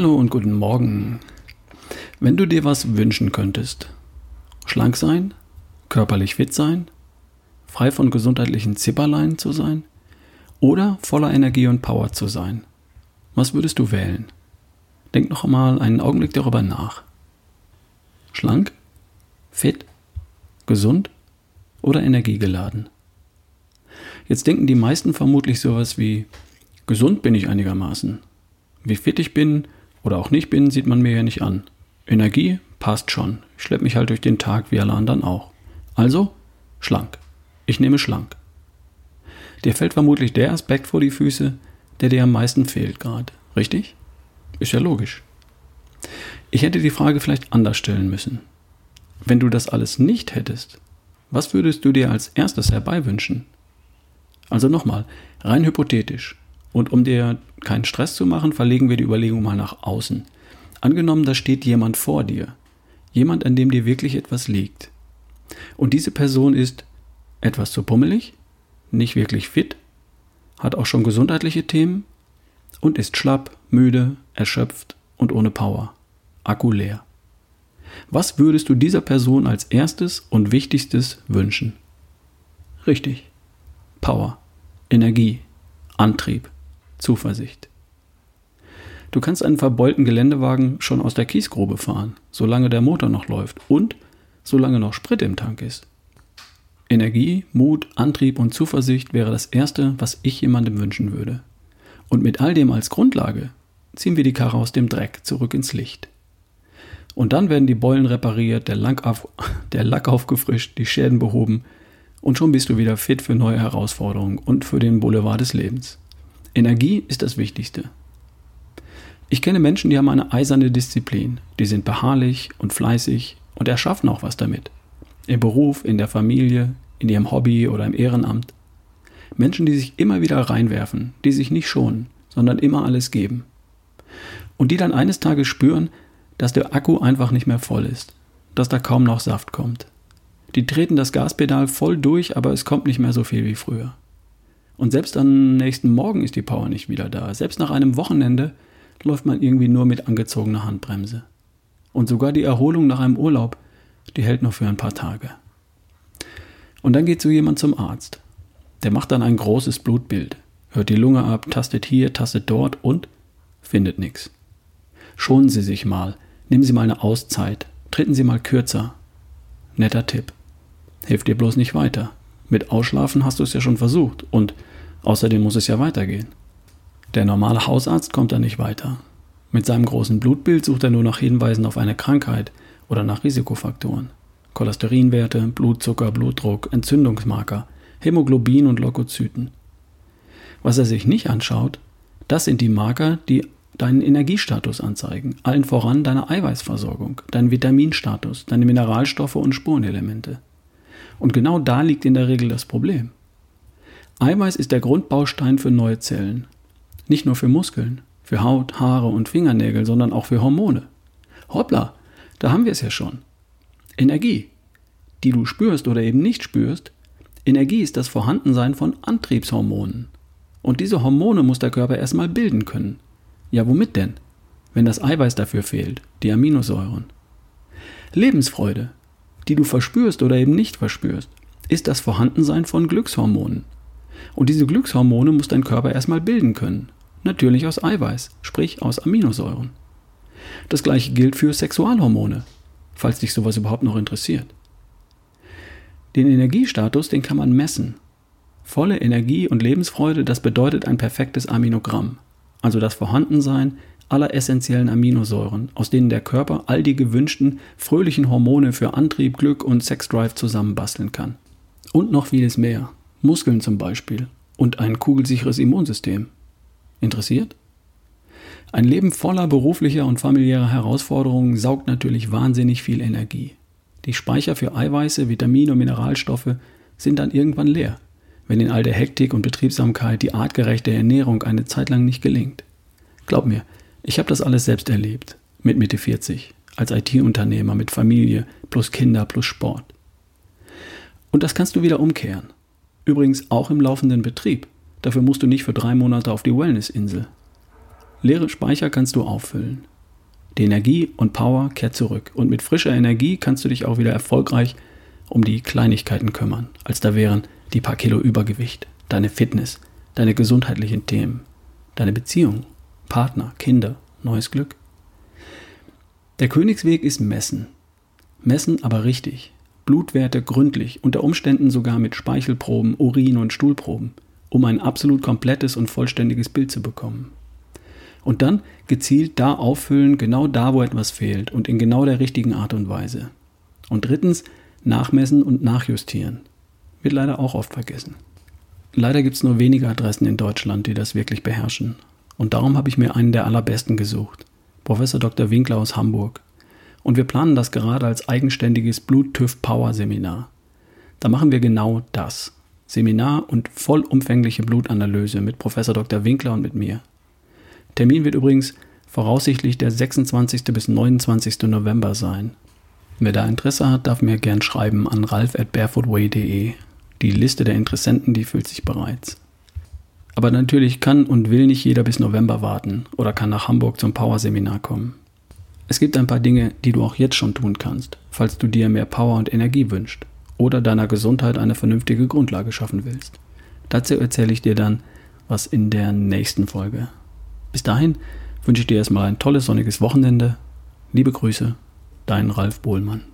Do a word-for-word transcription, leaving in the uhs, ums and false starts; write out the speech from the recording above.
Hallo und guten Morgen. Wenn du dir was wünschen könntest, schlank sein, körperlich fit sein, frei von gesundheitlichen Zipperlein zu sein oder voller Energie und Power zu sein, was würdest du wählen? Denk noch einmal einen Augenblick darüber nach. Schlank, fit, gesund oder energiegeladen? Jetzt denken die meisten vermutlich sowas wie: gesund bin ich einigermaßen. Wie fit ich bin oder auch nicht bin, sieht man mir ja nicht an. Energie passt schon. Ich schleppe mich halt durch den Tag wie alle anderen auch. Also schlank. Ich nehme schlank. Dir fällt vermutlich der Aspekt vor die Füße, der dir am meisten fehlt gerade. Richtig? Ist ja logisch. Ich hätte die Frage vielleicht anders stellen müssen. Wenn du das alles nicht hättest, was würdest du dir als erstes herbeiwünschen? Also nochmal, rein hypothetisch. Und um dir keinen Stress zu machen, verlegen wir die Überlegung mal nach außen. Angenommen, da steht jemand vor dir. Jemand, an dem dir wirklich etwas liegt. Und diese Person ist etwas zu pummelig, nicht wirklich fit, hat auch schon gesundheitliche Themen und ist schlapp, müde, erschöpft und ohne Power. Akku leer. Was würdest du dieser Person als erstes und wichtigstes wünschen? Richtig. Power, Energie, Antrieb, Zuversicht. Du kannst einen verbeulten Geländewagen schon aus der Kiesgrube fahren, solange der Motor noch läuft und solange noch Sprit im Tank ist. Energie, Mut, Antrieb und Zuversicht wäre das Erste, was ich jemandem wünschen würde. Und mit all dem als Grundlage ziehen wir die Karre aus dem Dreck zurück ins Licht. Und dann werden die Beulen repariert, der Lack, auf, der Lack aufgefrischt, die Schäden behoben und schon bist du wieder fit für neue Herausforderungen und für den Boulevard des Lebens. Energie ist das Wichtigste. Ich kenne Menschen, die haben eine eiserne Disziplin. Die sind beharrlich und fleißig und erschaffen auch was damit. Im Beruf, in der Familie, in ihrem Hobby oder im Ehrenamt. Menschen, die sich immer wieder reinwerfen, die sich nicht schonen, sondern immer alles geben. Und die dann eines Tages spüren, dass der Akku einfach nicht mehr voll ist, dass da kaum noch Saft kommt. Die treten das Gaspedal voll durch, aber es kommt nicht mehr so viel wie früher. Und selbst am nächsten Morgen ist die Power nicht wieder da. Selbst nach einem Wochenende läuft man irgendwie nur mit angezogener Handbremse. Und sogar die Erholung nach einem Urlaub, die hält noch für ein paar Tage. Und dann geht so jemand zum Arzt. Der macht dann ein großes Blutbild, hört die Lunge ab, tastet hier, tastet dort und findet nichts. Schonen Sie sich mal, nehmen Sie mal eine Auszeit, treten Sie mal kürzer. Netter Tipp. Hilft dir bloß nicht weiter. Mit Ausschlafen hast du es ja schon versucht und außerdem muss es ja weitergehen. Der normale Hausarzt kommt da nicht weiter. Mit seinem großen Blutbild sucht er nur nach Hinweisen auf eine Krankheit oder nach Risikofaktoren. Cholesterinwerte, Blutzucker, Blutdruck, Entzündungsmarker, Hämoglobin und Leukozyten. Was er sich nicht anschaut, das sind die Marker, die deinen Energiestatus anzeigen, allen voran deine Eiweißversorgung, deinen Vitaminstatus, deine Mineralstoffe und Spurenelemente. Und genau da liegt in der Regel das Problem. Eiweiß ist der Grundbaustein für neue Zellen. Nicht nur für Muskeln, für Haut, Haare und Fingernägel, sondern auch für Hormone. Hoppla, da haben wir es ja schon. Energie, die du spürst oder eben nicht spürst. Energie ist das Vorhandensein von Antriebshormonen. Und diese Hormone muss der Körper erstmal bilden können. Ja, womit denn? Wenn das Eiweiß dafür fehlt, die Aminosäuren. Lebensfreude, die du verspürst oder eben nicht verspürst, ist das Vorhandensein von Glückshormonen. Und diese Glückshormone muss dein Körper erstmal bilden können. Natürlich aus Eiweiß, sprich aus Aminosäuren. Das gleiche gilt für Sexualhormone, falls dich sowas überhaupt noch interessiert. Den Energiestatus, den kann man messen. Volle Energie und Lebensfreude, das bedeutet ein perfektes Aminogramm. Also das Vorhandensein aller essentiellen Aminosäuren, aus denen der Körper all die gewünschten, fröhlichen Hormone für Antrieb, Glück und Sexdrive zusammenbasteln kann. Und noch vieles mehr. Muskeln zum Beispiel. Und ein kugelsicheres Immunsystem. Interessiert? Ein Leben voller beruflicher und familiärer Herausforderungen saugt natürlich wahnsinnig viel Energie. Die Speicher für Eiweiße, Vitamine und Mineralstoffe sind dann irgendwann leer, wenn in all der Hektik und Betriebsamkeit die artgerechte Ernährung eine Zeit lang nicht gelingt. Glaub mir, ich habe das alles selbst erlebt, mit Mitte vierzig, als I T-Unternehmer mit Familie, plus Kinder, plus Sport. Und das kannst du wieder umkehren. Übrigens auch im laufenden Betrieb. Dafür musst du nicht für drei Monate auf die Wellness-Insel. Leere Speicher kannst du auffüllen. Die Energie und Power kehrt zurück und mit frischer Energie kannst du dich auch wieder erfolgreich um die Kleinigkeiten kümmern, als da wären die paar Kilo Übergewicht, deine Fitness, deine gesundheitlichen Themen, deine Beziehung, Partner, Kinder, neues Glück. Der Königsweg ist messen. Messen aber richtig. Blutwerte gründlich, unter Umständen sogar mit Speichelproben, Urin- und Stuhlproben, um ein absolut komplettes und vollständiges Bild zu bekommen. Und dann gezielt da auffüllen, genau da, wo etwas fehlt und in genau der richtigen Art und Weise. Und drittens, nachmessen und nachjustieren. Wird leider auch oft vergessen. Leider gibt es nur wenige Adressen in Deutschland, die das wirklich beherrschen. Und darum habe ich mir einen der allerbesten gesucht. Professor Doktor Winkler aus Hamburg. Und wir planen das gerade als eigenständiges Blut-TÜV-Power-Seminar. Da machen wir genau das. Seminar und vollumfängliche Blutanalyse mit Professor Doktor Winkler und mit mir. Termin wird übrigens voraussichtlich der sechsundzwanzigsten bis neunundzwanzigsten November sein. Wer da Interesse hat, darf mir gern schreiben an ralf at barefootway punkt de. Die Liste der Interessenten, die füllt sich bereits. Aber natürlich kann und will nicht jeder bis November warten oder kann nach Hamburg zum Power-Seminar kommen. Es gibt ein paar Dinge, die du auch jetzt schon tun kannst, falls du dir mehr Power und Energie wünschst oder deiner Gesundheit eine vernünftige Grundlage schaffen willst. Dazu erzähle ich dir dann was in der nächsten Folge. Bis dahin wünsche ich dir erstmal ein tolles sonniges Wochenende. Liebe Grüße, dein Ralf Bohlmann.